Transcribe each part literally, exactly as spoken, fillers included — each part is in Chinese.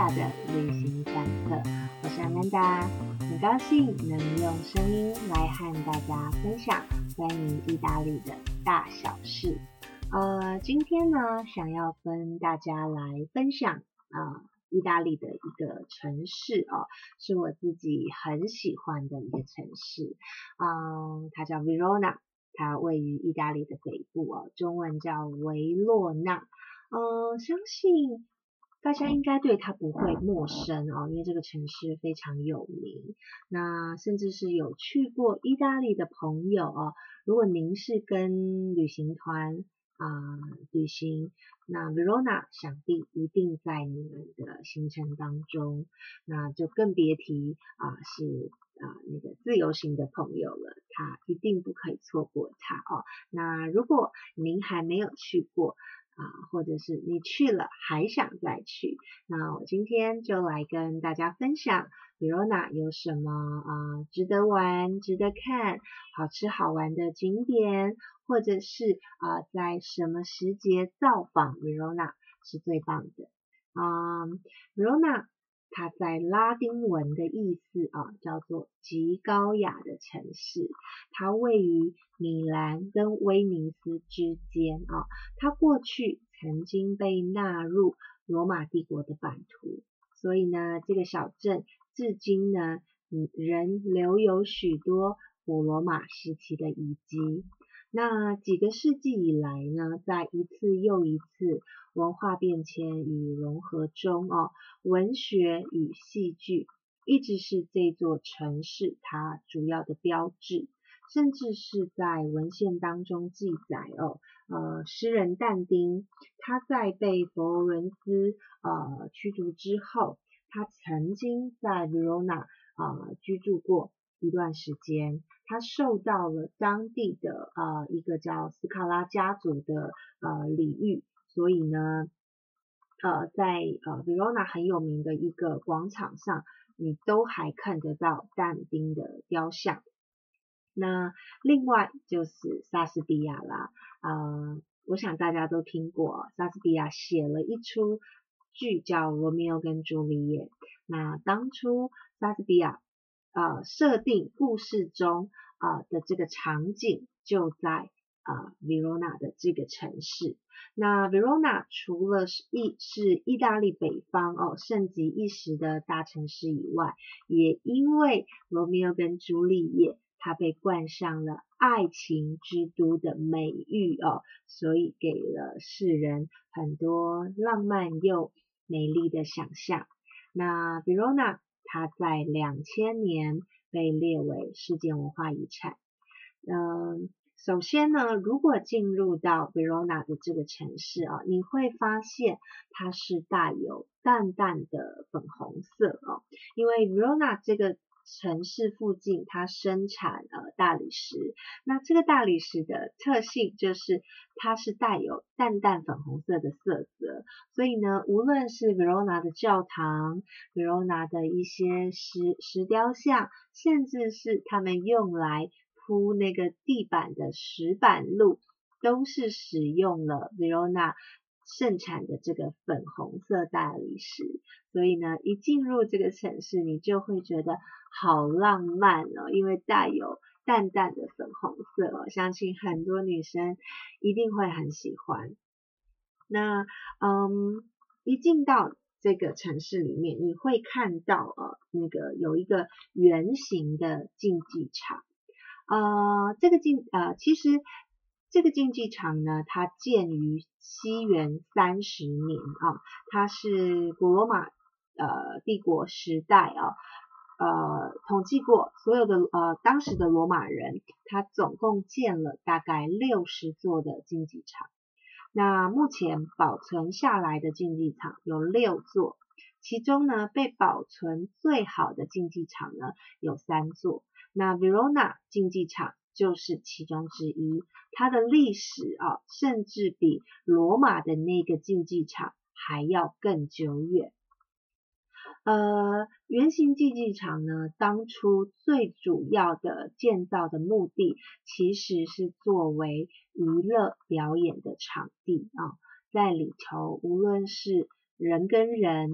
达的旅行团课，我是 Amanda， 很高兴能用声音来和大家分享关于意大利的大小事。呃，今天呢，想要跟大家来分享呃意大利的一个城市哦，是我自己很喜欢的一个城市，嗯，它叫 Verona， 它位于意大利的北部哦，中文叫维洛纳。嗯，相信大家应该对它不会陌生哦，因为这个城市非常有名。那甚至是有去过意大利的朋友哦，如果您是跟旅行团啊、呃、旅行，那 Verona 想必一定在你们的行程当中，那就更别提啊、呃、是啊、呃、那个自由行的朋友了，他一定不可以错过它哦。那如果您还没有去过啊，或者是你去了还想再去，那我今天就来跟大家分享 Verona 有什么啊、呃、值得玩、值得看、好吃好玩的景点，或者是啊、呃、在什么时节造访 Verona 是最棒的。嗯 Verona 它在拉丁文的意思啊，叫做极高雅的城市，它位于米兰跟威尼斯之间啊，它过去曾经被纳入罗马帝国的版图，所以呢，这个小镇至今呢，仍留有许多古罗马时期的遗迹。那几个世纪以来呢，在一次又一次文化变迁与融合中哦，文学与戏剧一直是这座城市它主要的标志，甚至是在文献当中记载哦，呃，诗人但丁他在被佛罗伦斯呃驱逐之后，他曾经在 Verona 呃居住过一段时间，他受到了当地的呃一个叫斯卡拉家族的呃礼遇，所以呢，呃在呃 Verona 很有名的一个广场上，你都还看得到但丁的雕像。那另外就是莎士比亚啦，呃，我想大家都听过，莎士比亚写了一出剧叫《罗密欧跟朱丽叶》。那当初莎士比亚呃设定故事中呃的这个场景就在呃 Verona 的这个城市。那 Verona 除了是意是意大利北方哦盛极一时的大城市以外，也因为罗密欧跟朱丽叶它被冠上了爱情之都的美誉哦，所以给了世人很多浪漫又美丽的想象。那 Verona 它在两千年被列为世界文化遗产。嗯，首先呢，如果进入到 Verona 的这个城市啊，你会发现它是带有淡淡的粉红色哦，因为 Verona 这个城市附近它生产呃大理石，那这个大理石的特性就是它是带有淡淡粉红色的色泽，所以呢，无论是 Verona 的教堂、Verona 的一些石石雕像，甚至是他们用来铺那个地板的石板路，都是使用了 Verona 盛产的这个粉红色大理石，所以呢，一进入这个城市，你就会觉得好浪漫哦，因为带有淡淡的粉红色哦，相信很多女生一定会很喜欢。那嗯，一进到这个城市里面，你会看到呃那个有一个圆形的竞技场。呃，这个竞呃，其实这个竞技场呢，它建于西元三十年啊，它是古罗马呃帝国时代啊，呃统计过所有的呃当时的罗马人，他总共建了大概六十座的竞技场。那目前保存下来的竞技场有六座，其中呢被保存最好的竞技场呢有三座。那 Verona 竞技场就是其中之一，它的历史啊，甚至比罗马的那个竞技场还要更久远。呃，圆形竞技场呢，当初最主要的建造的目的，其实是作为娱乐表演的场地啊，在里头无论是人跟人，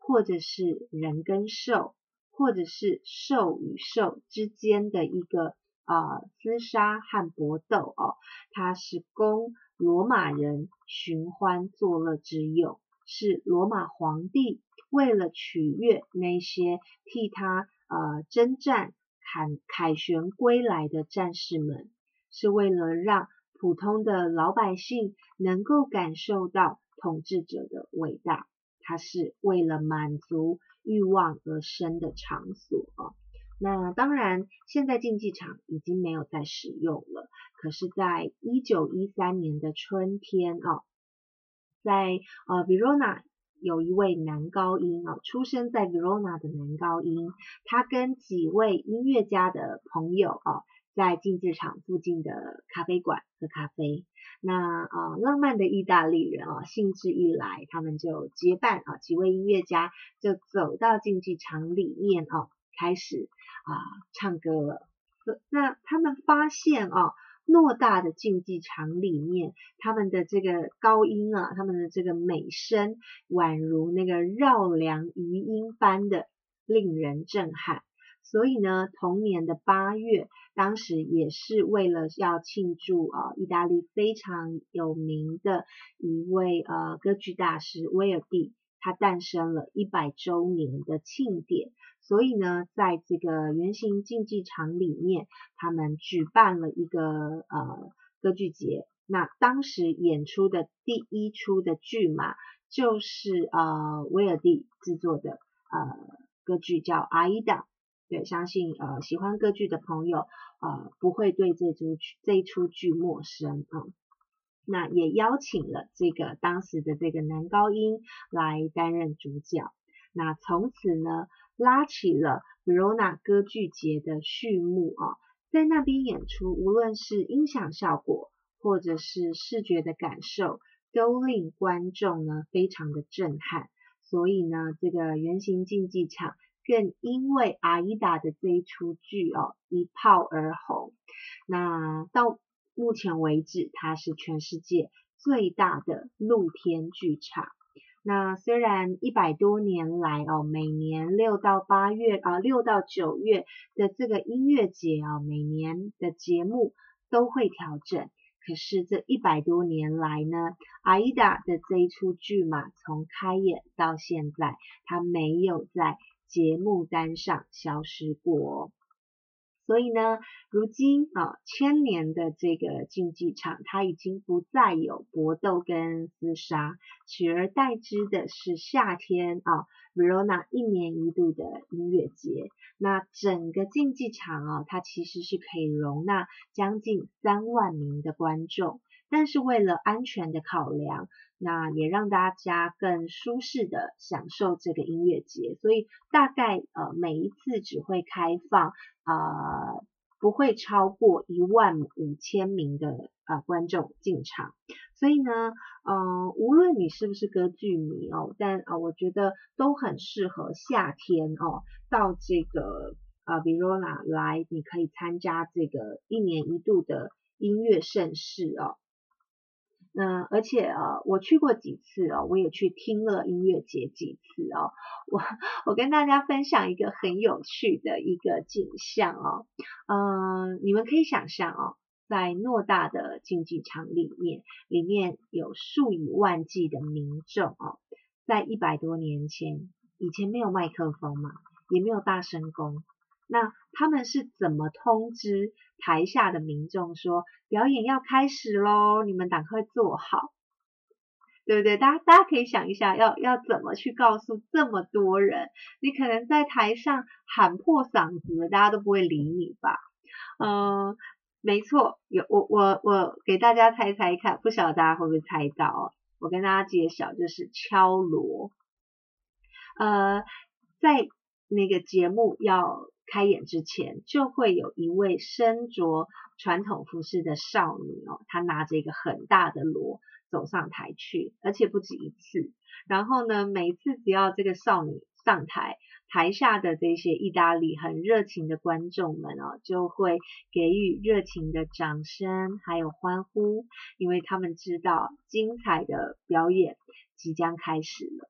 或者是人跟兽，或者是兽与兽之间的一个呃厮杀和搏斗哦，它是供罗马人寻欢作乐之用，是罗马皇帝为了取悦那些替他呃征战凯凯旋归来的战士们，是为了让普通的老百姓能够感受到统治者的伟大，它是为了满足欲望而生的场所哦。那当然，现在竞技场已经没有在使用了。可是，在一九一三年的春天哦，在呃 Verona 有一位男高音哦，出生在 Verona 的男高音，他跟几位音乐家的朋友哦，在竞技场附近的咖啡馆喝咖啡。那呃，浪漫的意大利人哦，兴致一来，他们就结伴啊，几位音乐家就走到竞技场里面哦，开始啊、呃、唱歌了。那他们发现哦，偌大的竞技场里面，他们的这个高音啊，他们的这个美声，宛如那个绕梁余音般的令人震撼。所以呢，同年的八月，当时也是为了要庆祝啊、呃，意大利非常有名的一位呃歌剧大师威尔第，他诞生了一百周年的庆典。所以呢，在这个圆形竞技场里面，他们举办了一个呃歌剧节。那当时演出的第一出的剧码就是呃威尔第制作的呃歌剧，叫《阿依达》。对，相信呃喜欢歌剧的朋友呃不会对这出这一出剧陌生啊、嗯。那也邀请了这个当时的这个男高音来担任主角。那从此呢，拉起了 Verona 歌剧节的序幕啊，在那边演出，无论是音响效果或者是视觉的感受，都令观众呢非常的震撼。所以呢，这个圆形竞技场更因为阿依达的这一出剧哦一炮而红。那到目前为止，它是全世界最大的露天剧场。那虽然一百多年来哦，每年六到八月啊，六到九月的这个音乐节啊，每年的节目都会调整，可是这一百多年来呢，阿依达的这一出剧嘛，从开演到现在，它没有在节目单上消失过哦。所以呢，如今啊，千年的这个竞技场，它已经不再有搏斗跟厮杀，取而代之的是夏天啊 ，Verona 一年一度的音乐节。那整个竞技场啊，它其实是可以容纳将近三万名的观众，但是为了安全的考量，那也让大家更舒适的享受这个音乐节，所以大概呃每一次只会开放呃不会超过一万五千名的呃观众进场。所以呢，呃无论你是不是歌剧迷哦，但呃我觉得都很适合夏天哦到这个呃 Verona 来，你可以参加这个一年一度的音乐盛事哦。那而且呃，我去过几次哦，我也去听了音乐节几次哦。我我跟大家分享一个很有趣的一个景象哦，嗯、呃，你们可以想象哦，在偌大的竞技场里面，里面有数以万计的民众哦，在一百多年前，以前没有麦克风嘛，也没有大声公。那他们是怎么通知台下的民众说表演要开始咯，你们赶快坐好，对不对？大家大家可以想一下，要要怎么去告诉这么多人？你可能在台上喊破嗓子，大家都不会理你吧？嗯，没错，有我我我给大家猜猜看，不晓得大家会不会猜到哦？我跟大家揭晓，就是敲锣。呃，在那个节目要开演之前，就会有一位身着传统服饰的少女哦，她拿着一个很大的锣走上台去，而且不止一次。然后呢，每次只要这个少女上台，台下的这些意大利很热情的观众们哦，就会给予热情的掌声还有欢呼，因为他们知道精彩的表演即将开始了。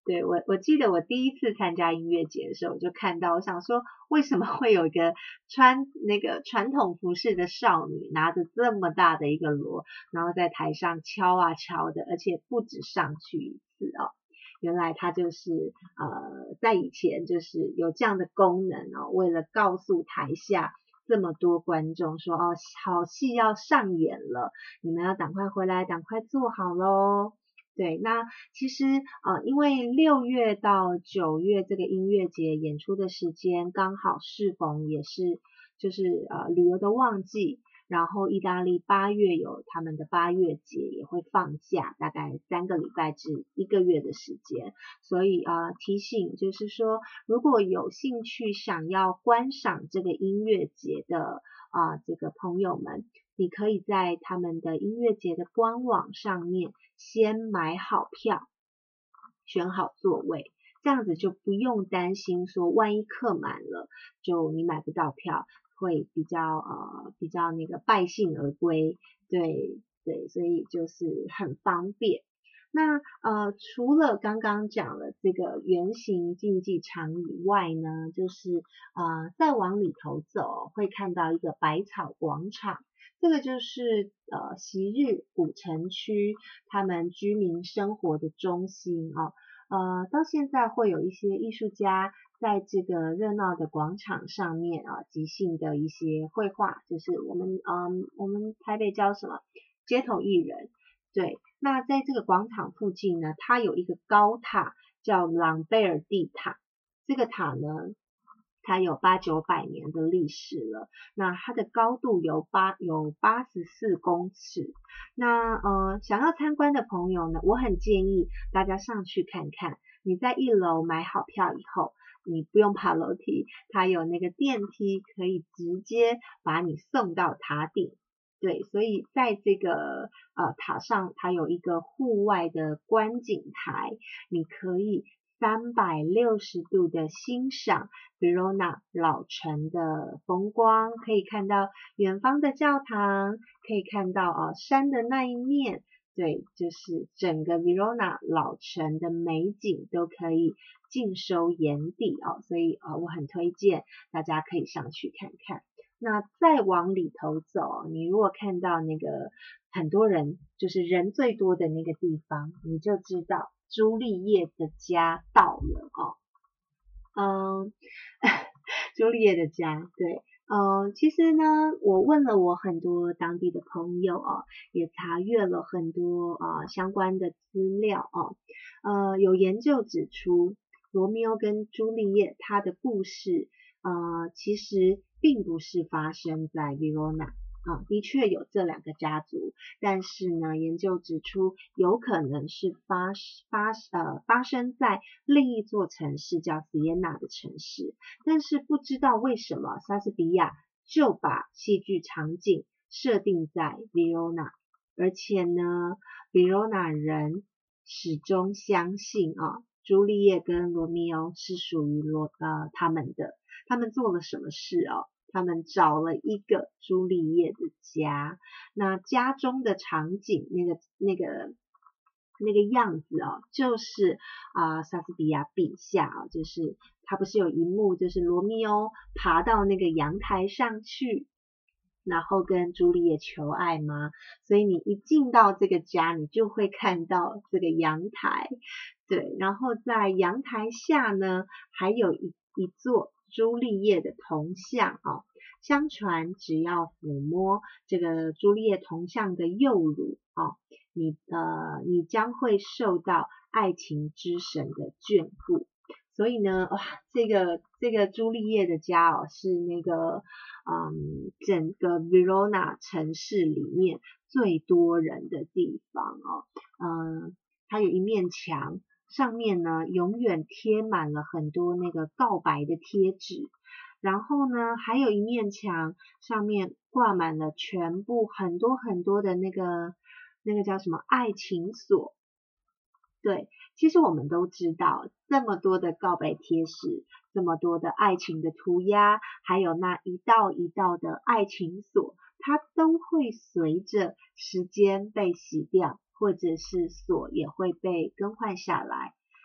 对，我我记得我第一次参加音乐节的时候，我就看到，我想说为什么会有一个穿那个传统服饰的少女拿着这么大的一个锣，然后在台上敲啊敲的，而且不止上去一次哦。原来它就是呃在以前就是有这样的功能哦，为了告诉台下这么多观众说哦，好戏要上演了，你们要赶快回来，赶快坐好咯。对，那其实呃，因为六月到九月这个音乐节演出的时间刚好适逢也是就是呃旅游的旺季，然后意大利八月有他们的八月节也会放假，大概三个礼拜至一个月的时间，所以呃提醒就是说，如果有兴趣想要观赏这个音乐节的啊、呃、这个朋友们，你可以在他们的音乐节的官网上面先买好票，选好座位，这样子就不用担心说万一客满了，就你买不到票，会比较呃比较那个败兴而归，对对，所以就是很方便。那呃除了刚刚讲了这个圆形竞技场以外呢，就是呃再往里头走会看到一个百草广场。这个就是呃昔日古城区他们居民生活的中心哦，呃到现在会有一些艺术家在这个热闹的广场上面啊即兴的一些绘画，就是我们嗯我们台北叫什么街头艺人。对，那在这个广场附近呢，它有一个高塔叫朗贝尔蒂塔，这个塔呢它有八九百年的历史了，那它的高度有八有八十四公尺。那呃想要参观的朋友呢，我很建议大家上去看看。你在一楼买好票以后，你不用爬楼梯，它有那个电梯可以直接把你送到塔顶。对，所以在这个呃塔上，它有一个户外的观景台，你可以三百六十度的欣赏 Verona 老城的风光，可以看到远方的教堂，可以看到哦山的那一面，对，就是整个 Verona 老城的美景都可以尽收眼底哦，所以啊、呃、我很推荐大家可以上去看看。那再往里头走，你如果看到那个很多人，就是人最多的那个地方，你就知道朱丽叶的家到了哦。嗯，朱丽叶的家，对，嗯，其实呢，我问了我很多当地的朋友哦，也查阅了很多啊、呃、相关的资料哦，呃，有研究指出，罗密欧跟朱丽叶他的故事，呃，其实并不是发生在 Verona。啊，的确有这两个家族，但是呢，研究指出有可能是发发呃发生在另一座城市叫 Siena 的城市，但是不知道为什么莎士比亚就把戏剧场景设定在 Verona， 而且呢 ，Verona 人始终相信啊，朱丽叶跟罗密欧是属于罗呃他们的，他们做了什么事哦？他们找了一个朱丽叶的家，那家中的场景，那个那个那个样子哦，就是啊、呃、莎士比亚笔下啊、哦，就是他不是有一幕，就是罗密欧爬到那个阳台上去，然后跟朱丽叶求爱吗？所以你一进到这个家，你就会看到这个阳台，对，然后在阳台下呢，还有一一座朱丽叶的铜像哦，相传只要抚摸这个朱丽叶铜像的右乳哦，你呃你将会受到爱情之神的眷顾。所以呢，哇，这个这个朱丽叶的家哦，是那个嗯整个 Verona 城市里面最多人的地方哦，嗯，它有一面墙。上面呢，永远贴满了很多那个告白的贴纸，然后呢，还有一面墙上面挂满了全部很多很多的那个那个叫什么爱情锁。对，其实我们都知道，这么多的告白贴纸，这么多的爱情的涂鸦，还有那一道一道的爱情锁，它都会随着时间被洗掉。或者是锁也会被更换下来，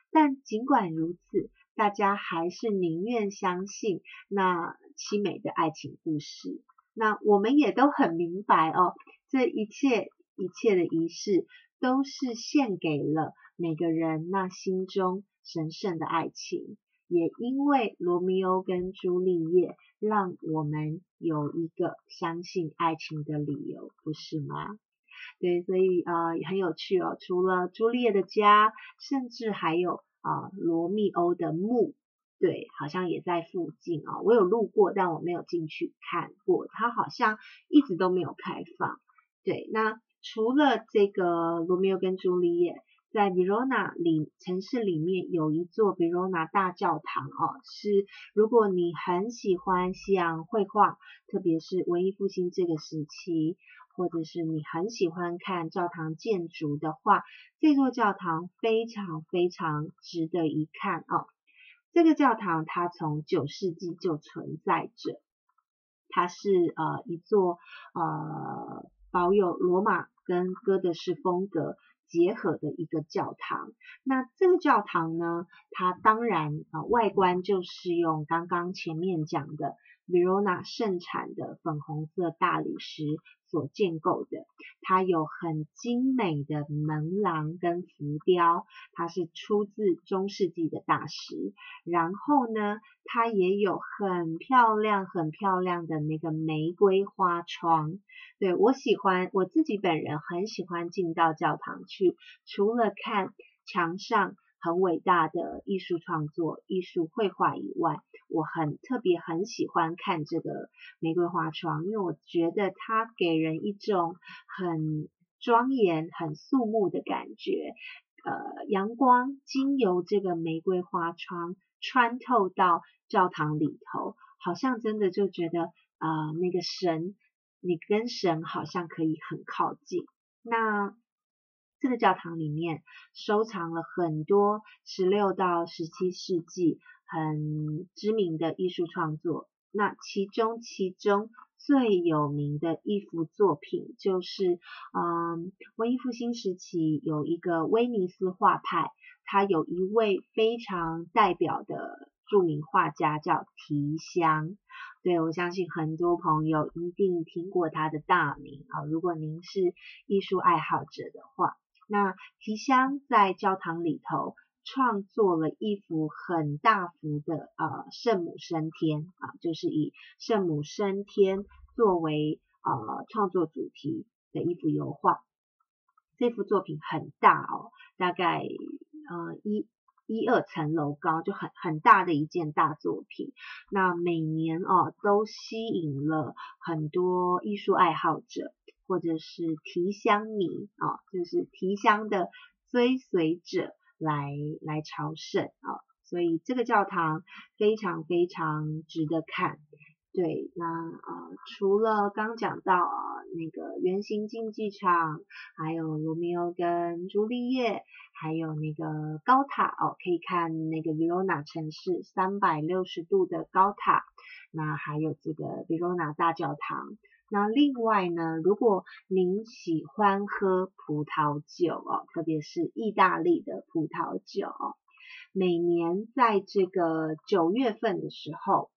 但尽管如此，大家还是宁愿相信那凄美的爱情故事。那我们也都很明白哦，这一切一切的仪式都是献给了每个人那心中神圣的爱情。也因为罗密欧跟朱丽叶，让我们有一个相信爱情的理由，不是吗？对，所以呃很有趣哦。除了朱丽叶的家，甚至还有啊、呃、罗密欧的墓，对，好像也在附近啊、哦。我有路过，但我没有进去看过，它好像一直都没有开放。对，那除了这个罗密欧跟朱丽叶，在 Verona 里城市里面有一座 Verona 大教堂哦，是如果你很喜欢西洋绘画，特别是文艺复兴这个时期，或者是你很喜欢看教堂建筑的话，这座教堂非常非常值得一看哦。这个教堂它从九世纪就存在着，它是呃一座呃保有罗马跟哥德式风格结合的一个教堂。那这个教堂呢，它当然呃外观就是用刚刚前面讲的 Verona 盛产的粉红色大理石所建构的，它有很精美的门廊跟浮雕，它是出自中世纪的大石。然后呢，它也有很漂亮很漂亮的那个玫瑰花窗。对，我喜欢，我自己本人很喜欢进到教堂去，除了看墙上很伟大的艺术创作、艺术绘画以外，我很特别很喜欢看这个玫瑰花窗，因为我觉得它给人一种很庄严、很肃穆的感觉。呃，阳光经由这个玫瑰花窗穿透到教堂里头，好像真的就觉得呃那个神，你跟神好像可以很靠近。那这个教堂里面收藏了很多十六到十七世纪很知名的艺术创作，那其中其中最有名的一幅作品就是嗯，文艺复兴时期有一个威尼斯画派，他有一位非常代表的著名画家叫提香。对，我相信很多朋友一定听过他的大名啊，如果您是艺术爱好者的话。那提香在教堂里头创作了一幅很大幅的呃圣母升天啊，就是以圣母升天作为呃创作主题的一幅油画。这幅作品很大哦，大概呃一一二层楼高，就很很大的一件大作品。那每年哦都吸引了很多艺术爱好者，或者是提香迷啊、哦，就是提香的追随者来来朝圣啊、哦，所以这个教堂非常非常值得看。对，那呃，除了刚讲到呃那个圆形竞技场，还有罗密欧跟朱丽叶，还有那个高塔哦，可以看那个 Verona 城市三百六十度的高塔，那还有这个 Verona 大教堂。那另外呢，如果您喜欢喝葡萄酒哦，特别是意大利的葡萄酒哦，每年在这个九月份的时候，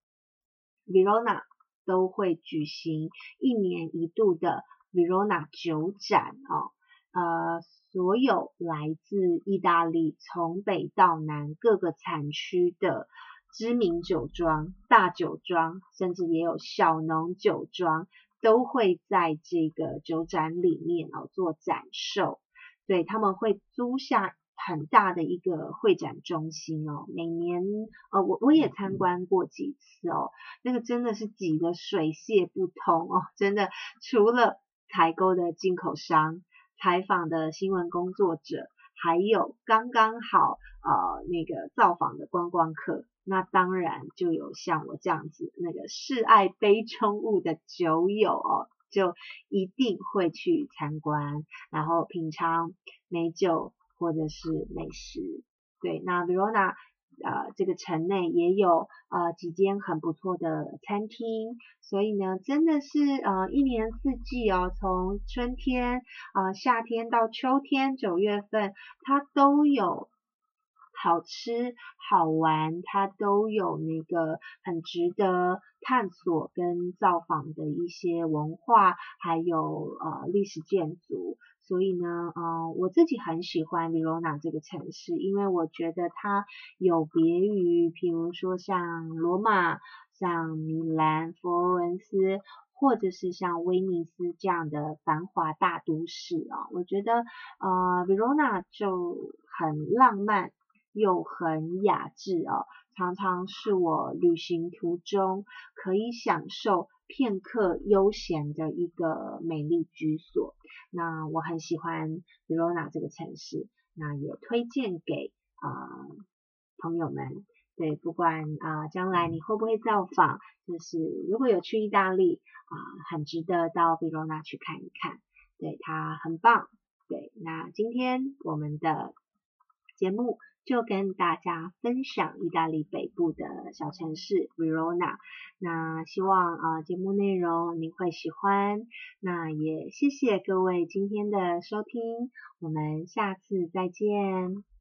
Verona 都会举行一年一度的 Verona 酒展哦，呃，所有来自意大利从北到南各个产区的知名酒庄、大酒庄，甚至也有小农酒庄，都会在这个酒展里面哦做展售。对，他们会租下很大的一个会展中心哦，每年呃我我也参观过几次哦，那个真的是挤得水泄不通哦，真的除了采购的进口商、采访的新闻工作者，还有刚刚好呃那个造访的观光客，那当然就有像我这样子那个嗜爱杯中物的酒友哦，就一定会去参观，然后品尝美酒或者是美食。对，那 Verona 呃这个城内也有呃几间很不错的餐厅，所以呢真的是呃一年四季哦，从春天呃夏天到秋天九月份，它都有好吃、好玩，它都有那个很值得探索跟造访的一些文化，还有呃历史建筑。所以呢，呃，我自己很喜欢 Verona 这个城市，因为我觉得它有别于，譬如说像罗马、像米兰、佛罗伦斯，或者是像威尼斯这样的繁华大都市啊，我觉得呃 Verona 就很浪漫又很雅致哦，常常是我旅行途中可以享受片刻悠闲的一个美丽居所。那我很喜欢 Verona 这个城市，那也推荐给啊、呃、朋友们。对，不管啊、呃、将来你会不会造访，就是如果有去意大利啊、呃，很值得到 Verona 去看一看。对，它很棒。对，那今天我们的节目就跟大家分享意大利北部的小城市 Verona。那希望呃节目内容您会喜欢。那也谢谢各位今天的收听，我们下次再见。